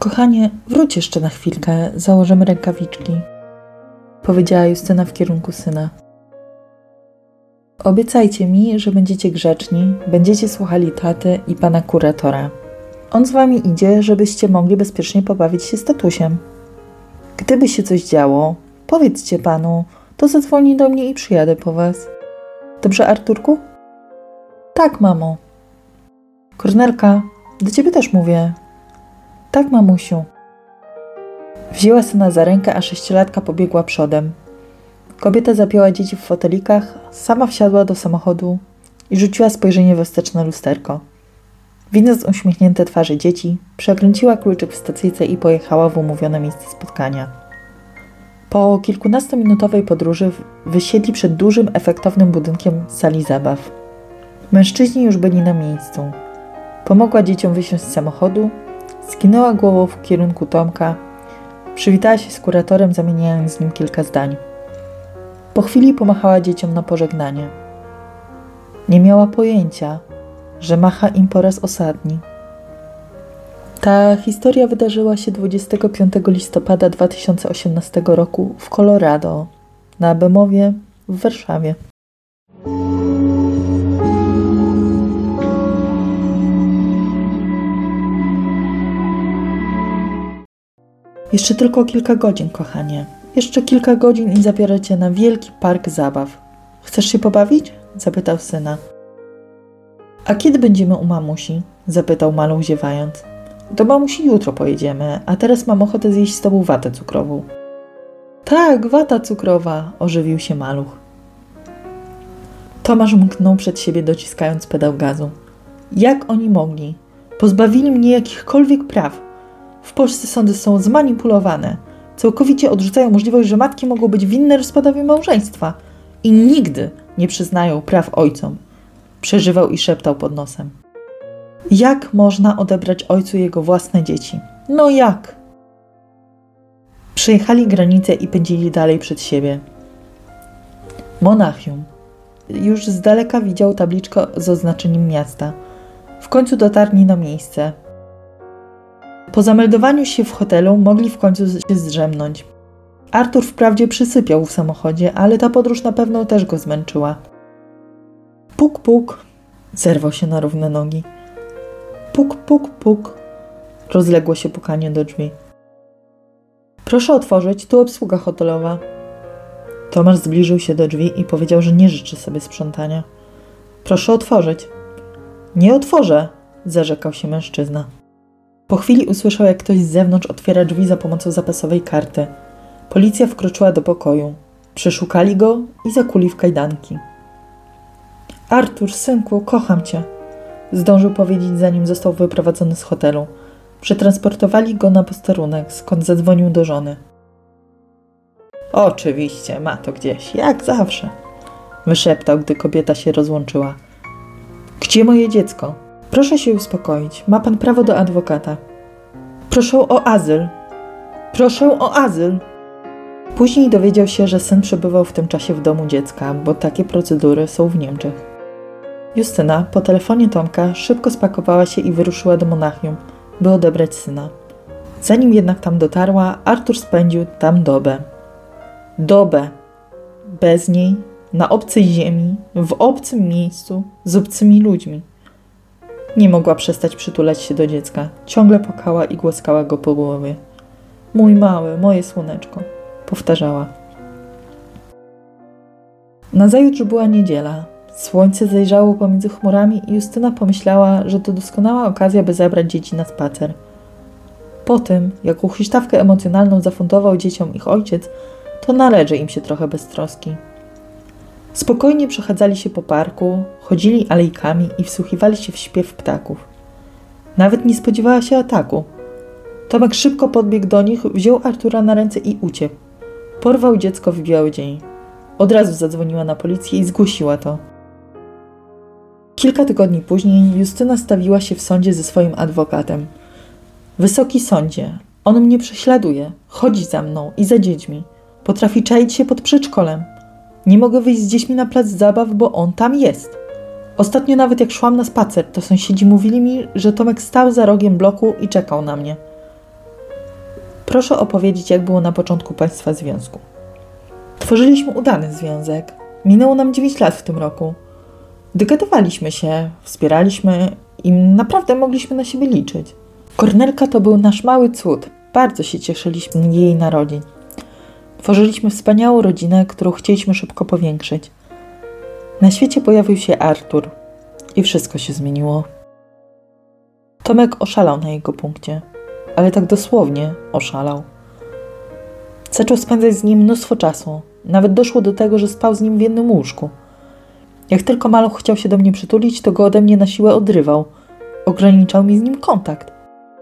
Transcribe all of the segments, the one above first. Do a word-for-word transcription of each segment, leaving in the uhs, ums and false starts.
Kochanie, wróć jeszcze na chwilkę, założymy rękawiczki, powiedziała Justyna w kierunku syna. Obiecajcie mi, że będziecie grzeczni, będziecie słuchali taty i pana kuratora. On z wami idzie, żebyście mogli bezpiecznie pobawić się z tatusiem. Gdyby się coś działo, powiedzcie panu, to zadzwoni do mnie i przyjadę po was. Dobrze, Arturku? Tak, mamo. Kornelka, do ciebie też mówię. Tak, mamusiu. Wzięła syna za rękę, a sześciolatka pobiegła przodem. Kobieta zapięła dzieci w fotelikach, sama wsiadła do samochodu i rzuciła spojrzenie we wsteczne lusterko. Widząc uśmiechnięte twarze dzieci, przekręciła kluczyk w stacyjce i pojechała w umówione miejsce spotkania. Po kilkunastominutowej podróży wysiedli przed dużym, efektownym budynkiem sali zabaw. Mężczyźni już byli na miejscu. Pomogła dzieciom wysiąść z samochodu, skinęła głową w kierunku Tomka, przywitała się z kuratorem, zamieniając z nim kilka zdań. Po chwili pomachała dzieciom na pożegnanie. Nie miała pojęcia, że macha im po raz ostatni. Ta historia wydarzyła się dwudziestego piątego listopada dwa tysiące osiemnastego roku w Colorado, na Bemowie w Warszawie. Jeszcze tylko kilka godzin, kochanie. Jeszcze kilka godzin i zabiorę cię na wielki park zabaw. Chcesz się pobawić? Zapytał syna. A kiedy będziemy u mamusi? Zapytał maluch ziewając. Do mamusi jutro pojedziemy, a teraz mam ochotę zjeść z tobą watę cukrową. Tak, wata cukrowa, ożywił się maluch. Tomasz mknął przed siebie, dociskając pedał gazu. Jak oni mogli? Pozbawili mnie jakichkolwiek praw. W Polsce sądy są zmanipulowane. Całkowicie odrzucają możliwość, że matki mogą być winne rozpadowi małżeństwa i nigdy nie przyznają praw ojcom. Przeżywał i szeptał pod nosem. Jak można odebrać ojcu jego własne dzieci? No jak? Przejechali granicę i pędzili dalej przed siebie. Monachium. Już z daleka widział tabliczkę z oznaczeniem miasta. W końcu dotarli na miejsce. Po zameldowaniu się w hotelu mogli w końcu się zdrzemnąć. Artur wprawdzie przysypiał w samochodzie, ale ta podróż na pewno też go zmęczyła. Puk, puk. Zerwał się na równe nogi. Puk, puk, puk. Rozległo się pukanie do drzwi. Proszę otworzyć, tu obsługa hotelowa. Tomasz zbliżył się do drzwi i powiedział, że nie życzy sobie sprzątania. Proszę otworzyć. Nie otworzę, zarzekał się mężczyzna. Po chwili usłyszał, jak ktoś z zewnątrz otwiera drzwi za pomocą zapasowej karty. Policja wkroczyła do pokoju. Przeszukali go i zakuli w kajdanki. Artur, synku, kocham cię, zdążył powiedzieć, zanim został wyprowadzony z hotelu. Przetransportowali go na posterunek, skąd zadzwonił do żony. Oczywiście, ma to gdzieś, jak zawsze, wyszeptał, gdy kobieta się rozłączyła. Gdzie moje dziecko? Proszę się uspokoić, ma pan prawo do adwokata. Proszę o azyl. Proszę o azyl. Później dowiedział się, że syn przebywał w tym czasie w domu dziecka, bo takie procedury są w Niemczech. Justyna po telefonie Tomka szybko spakowała się i wyruszyła do Monachium, by odebrać syna. Zanim jednak tam dotarła, Artur spędził tam dobę. Dobę. Bez niej, na obcej ziemi, w obcym miejscu, z obcymi ludźmi. Nie mogła przestać przytulać się do dziecka. Ciągle płakała i głaskała go po głowie. Mój mały, moje słoneczko, powtarzała. Nazajutrz była niedziela. Słońce zajrzało pomiędzy chmurami i Justyna pomyślała, że to doskonała okazja, by zabrać dzieci na spacer. Po tym, jaką huśtawkę emocjonalną zafundował dzieciom ich ojciec, to należy im się trochę bez troski. Spokojnie przechadzali się po parku, chodzili alejkami i wsłuchiwali się w śpiew ptaków. Nawet nie spodziewała się ataku. Tomek szybko podbiegł do nich, wziął Artura na ręce i uciekł. Porwał dziecko w biały dzień. Od razu zadzwoniła na policję i zgłosiła to. Kilka tygodni później Justyna stawiła się w sądzie ze swoim adwokatem. Wysoki sądzie, on mnie prześladuje, chodzi za mną i za dziećmi. Potrafi czaić się pod przedszkolem. Nie mogę wyjść z dziećmi na plac zabaw, bo on tam jest. Ostatnio nawet jak szłam na spacer, to sąsiedzi mówili mi, że Tomek stał za rogiem bloku i czekał na mnie. Proszę opowiedzieć, jak było na początku Państwa związku. Tworzyliśmy udany związek. Minęło nam dziewięć lat w tym roku. Dogadywaliśmy się, wspieraliśmy i naprawdę mogliśmy na siebie liczyć. Kornelka to był nasz mały cud. Bardzo się cieszyliśmy z jej narodzin. Tworzyliśmy wspaniałą rodzinę, którą chcieliśmy szybko powiększyć. Na świecie pojawił się Artur i wszystko się zmieniło. Tomek oszalał na jego punkcie, ale tak dosłownie oszalał. Zaczął spędzać z nim mnóstwo czasu. Nawet doszło do tego, że spał z nim w jednym łóżku. Jak tylko maluch chciał się do mnie przytulić, to go ode mnie na siłę odrywał. Ograniczał mi z nim kontakt.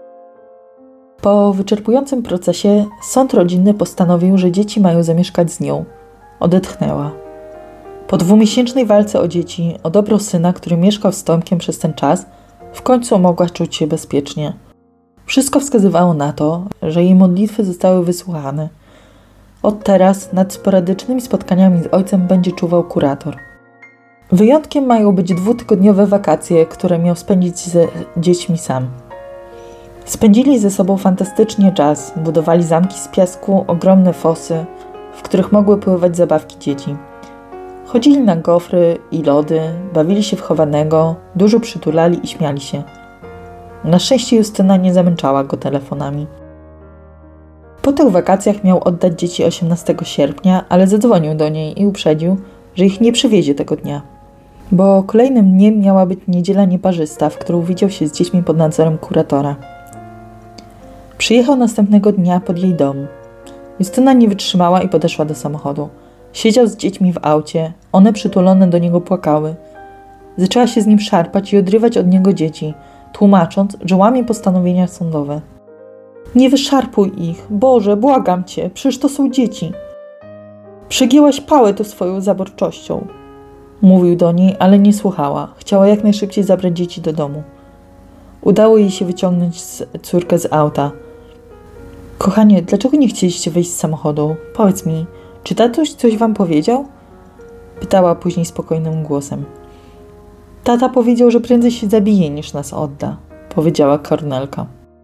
Po wyczerpującym procesie sąd rodzinny postanowił, że dzieci mają zamieszkać z nią. Odetchnęła. Po dwumiesięcznej walce o dzieci, o dobro syna, który mieszkał z Tomkiem przez ten czas, w końcu mogła czuć się bezpiecznie. Wszystko wskazywało na to, że jej modlitwy zostały wysłuchane. Od teraz nad sporadycznymi spotkaniami z ojcem będzie czuwał kurator. Wyjątkiem mają być dwutygodniowe wakacje, które miał spędzić ze dziećmi sam. Spędzili ze sobą fantastycznie czas, budowali zamki z piasku, ogromne fosy, w których mogły pływać zabawki dzieci. Chodzili na gofry i lody, bawili się w chowanego, dużo przytulali i śmiali się. Na szczęście Justyna nie zamęczała go telefonami. Po tych wakacjach miał oddać dzieci osiemnastego sierpnia, ale zadzwonił do niej i uprzedził, że ich nie przywiezie tego dnia. Bo kolejnym dniem miała być niedziela nieparzysta, w którą widział się z dziećmi pod nadzorem kuratora. Przyjechał następnego dnia pod jej dom. Justyna nie wytrzymała i podeszła do samochodu. Siedział z dziećmi w aucie, one przytulone do niego płakały. Zaczęła się z nim szarpać i odrywać od niego dzieci, tłumacząc, że łamie postanowienia sądowe. Nie wyszarpuj ich, Boże, błagam Cię, przecież to są dzieci. Przegięłaś pałę tą swoją zaborczością. Mówił do niej, ale nie słuchała. Chciała jak najszybciej zabrać dzieci do domu. Udało jej się wyciągnąć córkę z auta. Kochanie, dlaczego nie chcieliście wyjść z samochodu? Powiedz mi, czy tatuś coś wam powiedział? Pytała później spokojnym głosem. Tata powiedział, że prędzej się zabije, niż nas odda, powiedziała Kornelka.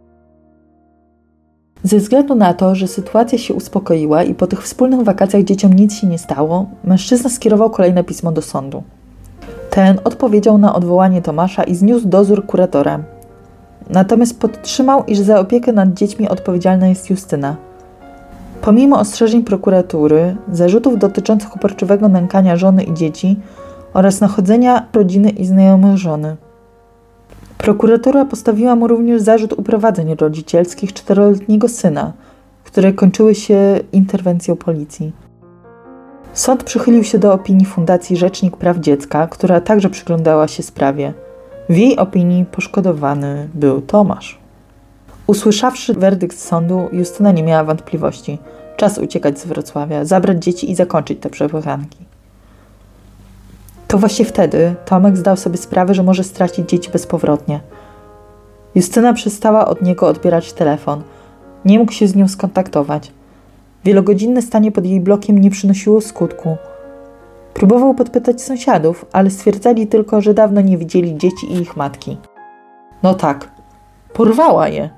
Ze względu na to, że sytuacja się uspokoiła i po tych wspólnych wakacjach dzieciom nic się nie stało, mężczyzna skierował kolejne pismo do sądu. Ten odpowiedział na odwołanie Tomasza i zniósł dozór kuratora. Natomiast podtrzymał, iż za opiekę nad dziećmi odpowiedzialna jest Justyna. Pomimo ostrzeżeń prokuratury, zarzutów dotyczących uporczywego nękania żony i dzieci oraz nachodzenia rodziny i znajomych żony. Prokuratura postawiła mu również zarzut uprowadzeń rodzicielskich czteroletniego syna, które kończyły się interwencją policji. Sąd przychylił się do opinii Fundacji Rzecznik Praw Dziecka, która także przyglądała się sprawie. W jej opinii poszkodowany był Tomasz. Usłyszawszy werdykt sądu, Justyna nie miała wątpliwości. Czas uciekać z Wrocławia, zabrać dzieci i zakończyć te przepychanki. To właśnie wtedy Tomek zdał sobie sprawę, że może stracić dzieci bezpowrotnie. Justyna przestała od niego odbierać telefon. Nie mógł się z nią skontaktować. Wielogodzinne stanie pod jej blokiem nie przynosiło skutku. Próbował podpytać sąsiadów, ale stwierdzali tylko, że dawno nie widzieli dzieci i ich matki. No tak, porwała je.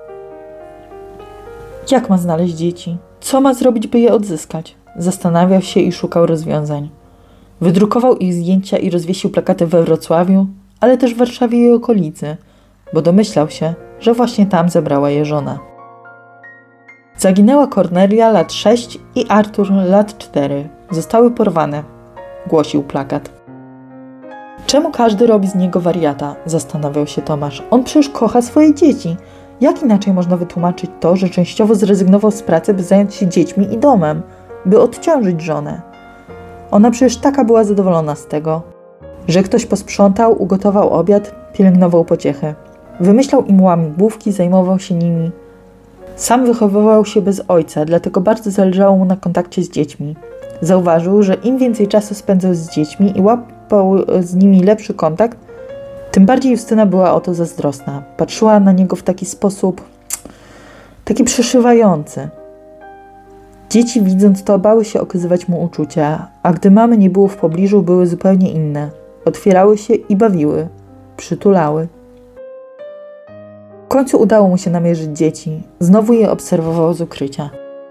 Jak ma znaleźć dzieci? Co ma zrobić, by je odzyskać? Zastanawiał się i szukał rozwiązań. Wydrukował ich zdjęcia i rozwiesił plakaty we Wrocławiu, ale też w Warszawie i okolicy, bo domyślał się, że właśnie tam zabrała je żona. Zaginęła Kornelia lat sześć i Artur lat cztery. Zostały porwane, głosił plakat. Czemu każdy robi z niego wariata? Zastanawiał się Tomasz. On przecież kocha swoje dzieci. Jak inaczej można wytłumaczyć to, że częściowo zrezygnował z pracy, by zająć się dziećmi i domem, by odciążyć żonę? Ona przecież taka była zadowolona z tego, że ktoś posprzątał, ugotował obiad, pielęgnował pociechy. Wymyślał im łamigłówki, zajmował się nimi. Sam wychowywał się bez ojca, dlatego bardzo zależało mu na kontakcie z dziećmi. Zauważył, że im więcej czasu spędzał z dziećmi i łapał z nimi lepszy kontakt, tym bardziej Justyna była o to zazdrosna. Patrzyła na niego w taki sposób, taki przeszywający. Dzieci, widząc to, bały się okazywać mu uczucia, a gdy mamy nie było w pobliżu, były zupełnie inne. Otwierały się i bawiły, przytulały. W końcu udało mu się namierzyć dzieci. Znowu je obserwował z ukrycia.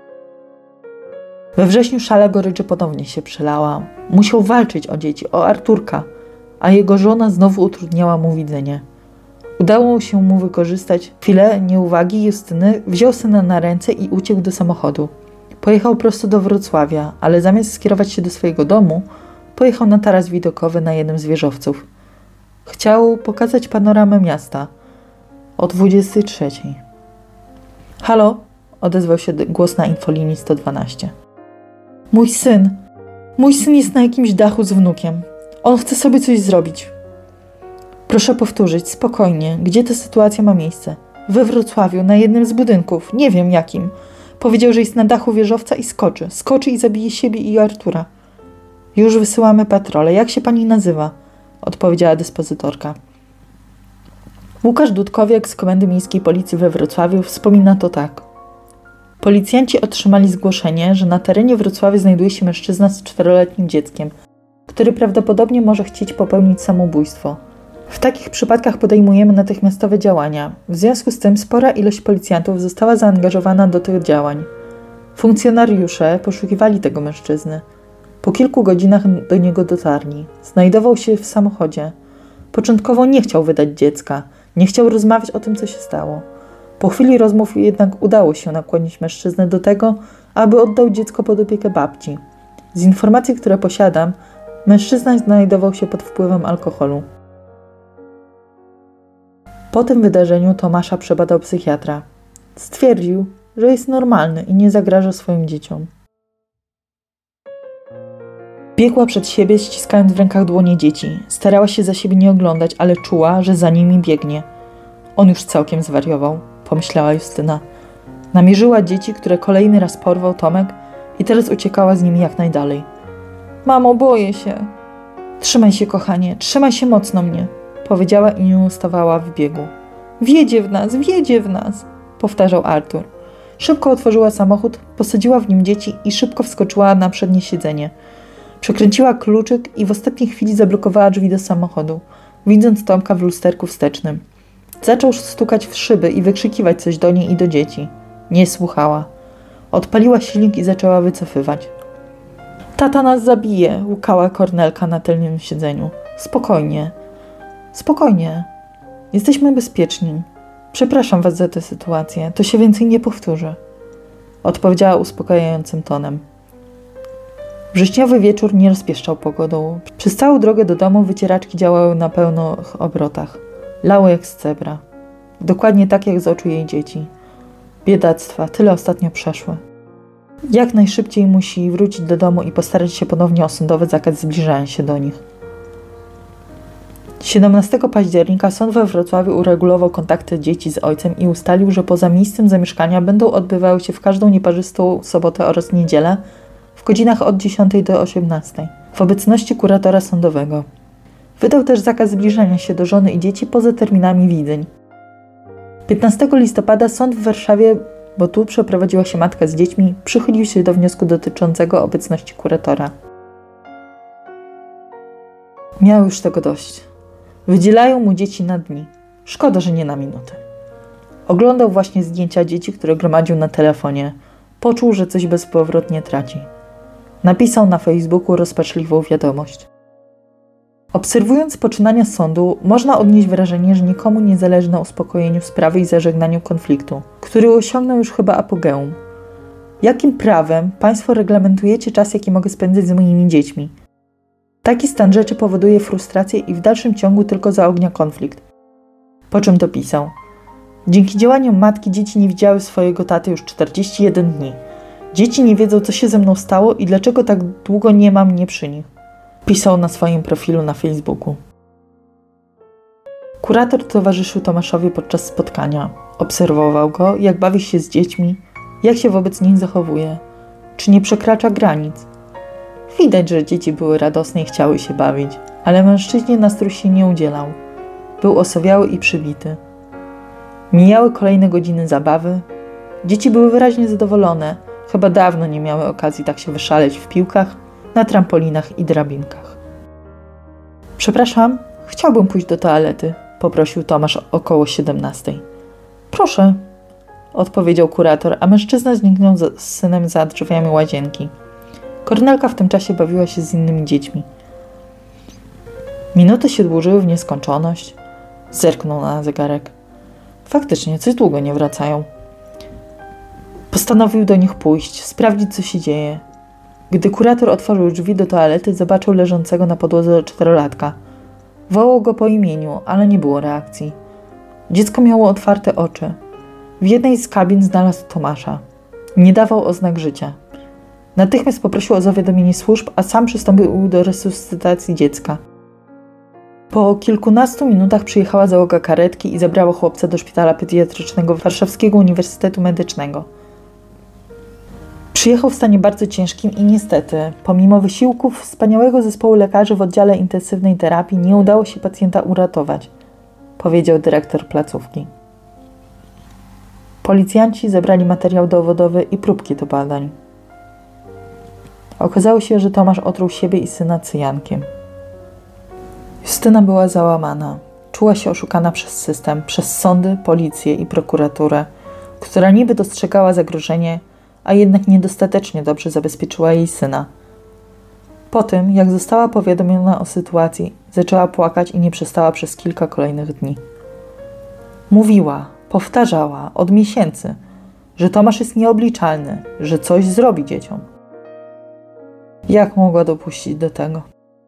We wrześniu szala goryczy ponownie się przelała. Musiał walczyć o dzieci, o Arturka, a jego żona znowu utrudniała mu widzenie. Udało się mu wykorzystać chwilę nieuwagi Justyny, wziął syna na ręce i uciekł do samochodu. Pojechał prosto do Wrocławia, ale zamiast skierować się do swojego domu, pojechał na taras widokowy na jednym z wieżowców. Chciał pokazać panoramę miasta. O dwudziestej trzeciej. Halo? Odezwał się głos na infolinii sto dwanaście. Mój syn. Mój syn jest na jakimś dachu z wnukiem. On chce sobie coś zrobić. Proszę powtórzyć, spokojnie, gdzie ta sytuacja ma miejsce? We Wrocławiu, na jednym z budynków, nie wiem jakim. Powiedział, że jest na dachu wieżowca i skoczy. Skoczy i zabije siebie i Artura. Już wysyłamy patrole. Jak się pani nazywa? Odpowiedziała dyspozytorka. Łukasz Dudkowiak z Komendy Miejskiej Policji we Wrocławiu wspomina to tak. Policjanci otrzymali zgłoszenie, że na terenie Wrocławia znajduje się mężczyzna z czteroletnim dzieckiem, który prawdopodobnie może chcieć popełnić samobójstwo. W takich przypadkach podejmujemy natychmiastowe działania. W związku z tym spora ilość policjantów została zaangażowana do tych działań. Funkcjonariusze poszukiwali tego mężczyzny. Po kilku godzinach do niego dotarli. Znajdował się w samochodzie. Początkowo nie chciał wydać dziecka. Nie chciał rozmawiać o tym, co się stało. Po chwili rozmów jednak udało się nakłonić mężczyznę do tego, aby oddał dziecko pod opiekę babci. Z informacji, które posiadam, mężczyzna znajdował się pod wpływem alkoholu. Po tym wydarzeniu Tomasza przebadał psychiatra. Stwierdził, że jest normalny i nie zagraża swoim dzieciom. Biegła przed siebie, ściskając w rękach dłonie dzieci. Starała się za siebie nie oglądać, ale czuła, że za nimi biegnie. On już całkiem zwariował, pomyślała Justyna. Namierzyła dzieci, które kolejny raz porwał Tomek i teraz uciekała z nimi jak najdalej. Mamo, boję się. Trzymaj się, kochanie, trzymaj się mocno mnie, powiedziała i nie ustawała w biegu. Wjedzie w nas, wjedzie w nas, powtarzał Artur. Szybko otworzyła samochód, posadziła w nim dzieci i szybko wskoczyła na przednie siedzenie. Przekręciła kluczyk i w ostatniej chwili zablokowała drzwi do samochodu, widząc Tomka w lusterku wstecznym. Zaczął stukać w szyby i wykrzykiwać coś do niej i do dzieci. Nie słuchała. Odpaliła silnik i zaczęła wycofywać. Tata nas zabije, łukała Kornelka na tylnym siedzeniu. Spokojnie. Spokojnie. Jesteśmy bezpieczni. Przepraszam was za tę sytuację. To się więcej nie powtórzy. Odpowiedziała uspokajającym tonem. Wrześniowy wieczór nie rozpieszczał pogodą. Przez całą drogę do domu wycieraczki działały na pełnych obrotach. Lały jak z cebra. Dokładnie tak jak z oczu jej dzieci. Biedactwa, tyle ostatnio przeszły. Jak najszybciej musi wrócić do domu i postarać się ponownie o sądowy zakaz zbliżania się do nich. siedemnastego października sąd we Wrocławiu uregulował kontakty dzieci z ojcem i ustalił, że poza miejscem zamieszkania będą odbywały się w każdą nieparzystą sobotę oraz niedzielę w godzinach od dziesiątej do osiemnastej w obecności kuratora sądowego. Wydał też zakaz zbliżania się do żony i dzieci poza terminami widzeń. piętnastego listopada sąd w Warszawie, bo tu przeprowadziła się matka z dziećmi, przychylił się do wniosku dotyczącego obecności kuratora. Miał już tego dość. Wydzielają mu dzieci na dni. Szkoda, że nie na minuty. Oglądał właśnie zdjęcia dzieci, które gromadził na telefonie. Poczuł, że coś bezpowrotnie traci. Napisał na Facebooku rozpaczliwą wiadomość. Obserwując poczynania sądu, można odnieść wrażenie, że nikomu nie zależy na uspokojeniu sprawy i zażegnaniu konfliktu, który osiągnął już chyba apogeum. Jakim prawem państwo reglamentujecie czas, jaki mogę spędzać z moimi dziećmi? Taki stan rzeczy powoduje frustrację i w dalszym ciągu tylko zaognia konflikt. Po czym dopisał. Dzięki działaniom matki dzieci nie widziały swojego taty już czterdzieści jeden dni. Dzieci nie wiedzą, co się ze mną stało i dlaczego tak długo nie ma mnie przy nich. Pisał na swoim profilu na Facebooku. Kurator towarzyszył Tomaszowi podczas spotkania. Obserwował go, jak bawi się z dziećmi, jak się wobec nich zachowuje, czy nie przekracza granic. Widać, że dzieci były radosne i chciały się bawić, ale mężczyźnie nastrój się nie udzielał. Był osowiały i przybity. Mijały kolejne godziny zabawy. Dzieci były wyraźnie zadowolone. Chyba dawno nie miały okazji tak się wyszaleć w piłkach, na trampolinach i drabinkach. Przepraszam, chciałbym pójść do toalety, poprosił Tomasz około siedemnastej. Proszę, odpowiedział kurator, a mężczyzna zniknął z synem za drzwiami łazienki. Kornelka w tym czasie bawiła się z innymi dziećmi. Minuty się dłużyły w nieskończoność. Zerknął na zegarek. Faktycznie, coś długo nie wracają. Postanowił do nich pójść, sprawdzić, co się dzieje. Gdy kurator otworzył drzwi do toalety, zobaczył leżącego na podłodze czterolatka. Wołał go po imieniu, ale nie było reakcji. Dziecko miało otwarte oczy. W jednej z kabin znalazł Tomasza. Nie dawał oznak życia. Natychmiast poprosił o zawiadomienie służb, a sam przystąpił do resuscytacji dziecka. Po kilkunastu minutach przyjechała załoga karetki i zabrała chłopca do szpitala pediatrycznego Warszawskiego Uniwersytetu Medycznego. Przyjechał w stanie bardzo ciężkim i niestety, pomimo wysiłków wspaniałego zespołu lekarzy w oddziale intensywnej terapii, nie udało się pacjenta uratować, powiedział dyrektor placówki. Policjanci zebrali materiał dowodowy i próbki do badań. Okazało się, że Tomasz otruł siebie i syna cyjankiem. Justyna była załamana. Czuła się oszukana przez system, przez sądy, policję i prokuraturę, która niby dostrzegała zagrożenie, a jednak niedostatecznie dobrze zabezpieczyła jej syna. Po tym, jak została powiadomiona o sytuacji, zaczęła płakać i nie przestała przez kilka kolejnych dni. Mówiła, powtarzała od miesięcy, że Tomasz jest nieobliczalny, że coś zrobi dzieciom. Jak mogła dopuścić do tego?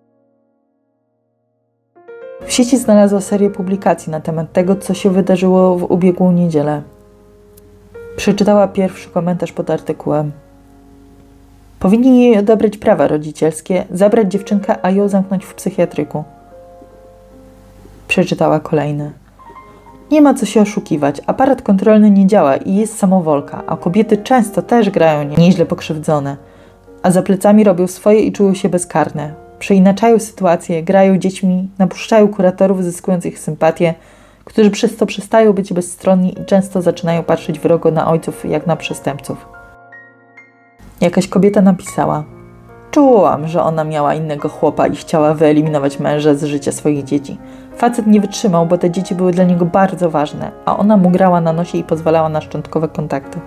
W sieci znalazła serię publikacji na temat tego, co się wydarzyło w ubiegłą niedzielę. Przeczytała pierwszy komentarz pod artykułem. Powinni jej odebrać prawa rodzicielskie, zabrać dziewczynkę, a ją zamknąć w psychiatryku. Przeczytała kolejny. Nie ma co się oszukiwać, aparat kontrolny nie działa i jest samowolka, a kobiety często też grają nieźle pokrzywdzone, a za plecami robią swoje i czują się bezkarne. Przeinaczają sytuację, grają dziećmi, napuszczają kuratorów zyskując ich sympatię, którzy przez to przestają być bezstronni i często zaczynają patrzeć wrogo na ojców jak na przestępców. Jakaś kobieta napisała: czułam, że ona miała innego chłopa i chciała wyeliminować męża z życia swoich dzieci. Facet nie wytrzymał, bo te dzieci były dla niego bardzo ważne, a ona mu grała na nosie i pozwalała na szczątkowe kontakty.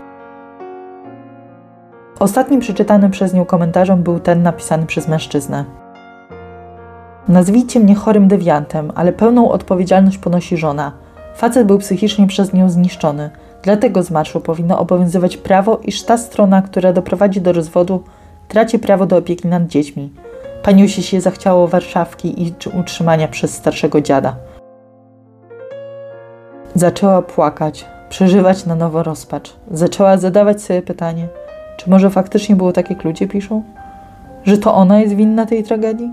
Ostatnim przeczytanym przez nią komentarzem był ten napisany przez mężczyznę. Nazwijcie mnie chorym dewiantem, ale pełną odpowiedzialność ponosi żona. Facet był psychicznie przez nią zniszczony. Dlatego z marszu powinno obowiązywać prawo, iż ta strona, która doprowadzi do rozwodu, traci prawo do opieki nad dziećmi. Paniusi się zachciało Warszawki i utrzymania przez starszego dziada. Zaczęła płakać, przeżywać na nowo rozpacz. Zaczęła zadawać sobie pytanie, czy może faktycznie było tak, jak ludzie piszą? Że to ona jest winna tej tragedii?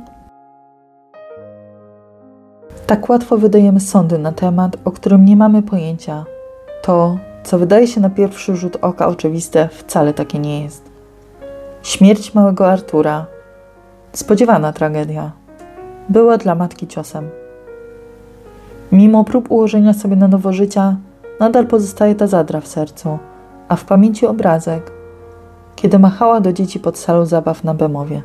Tak łatwo wydajemy sądy na temat, o którym nie mamy pojęcia. To, co wydaje się na pierwszy rzut oka oczywiste, wcale takie nie jest. Śmierć małego Artura, spodziewana tragedia, była dla matki ciosem. Mimo prób ułożenia sobie na nowo życia, nadal pozostaje ta zadra w sercu, a w pamięci obrazek, kiedy machała do dzieci pod salą zabaw na Bemowie.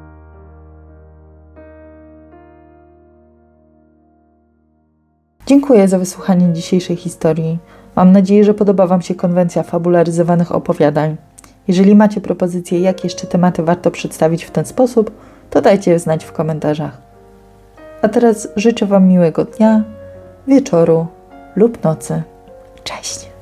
Dziękuję za wysłuchanie dzisiejszej historii. Mam nadzieję, że podoba Wam się konwencja fabularyzowanych opowiadań. Jeżeli macie propozycje, jak jeszcze tematy warto przedstawić w ten sposób, to dajcie je znać w komentarzach. A teraz życzę Wam miłego dnia, wieczoru lub nocy. Cześć!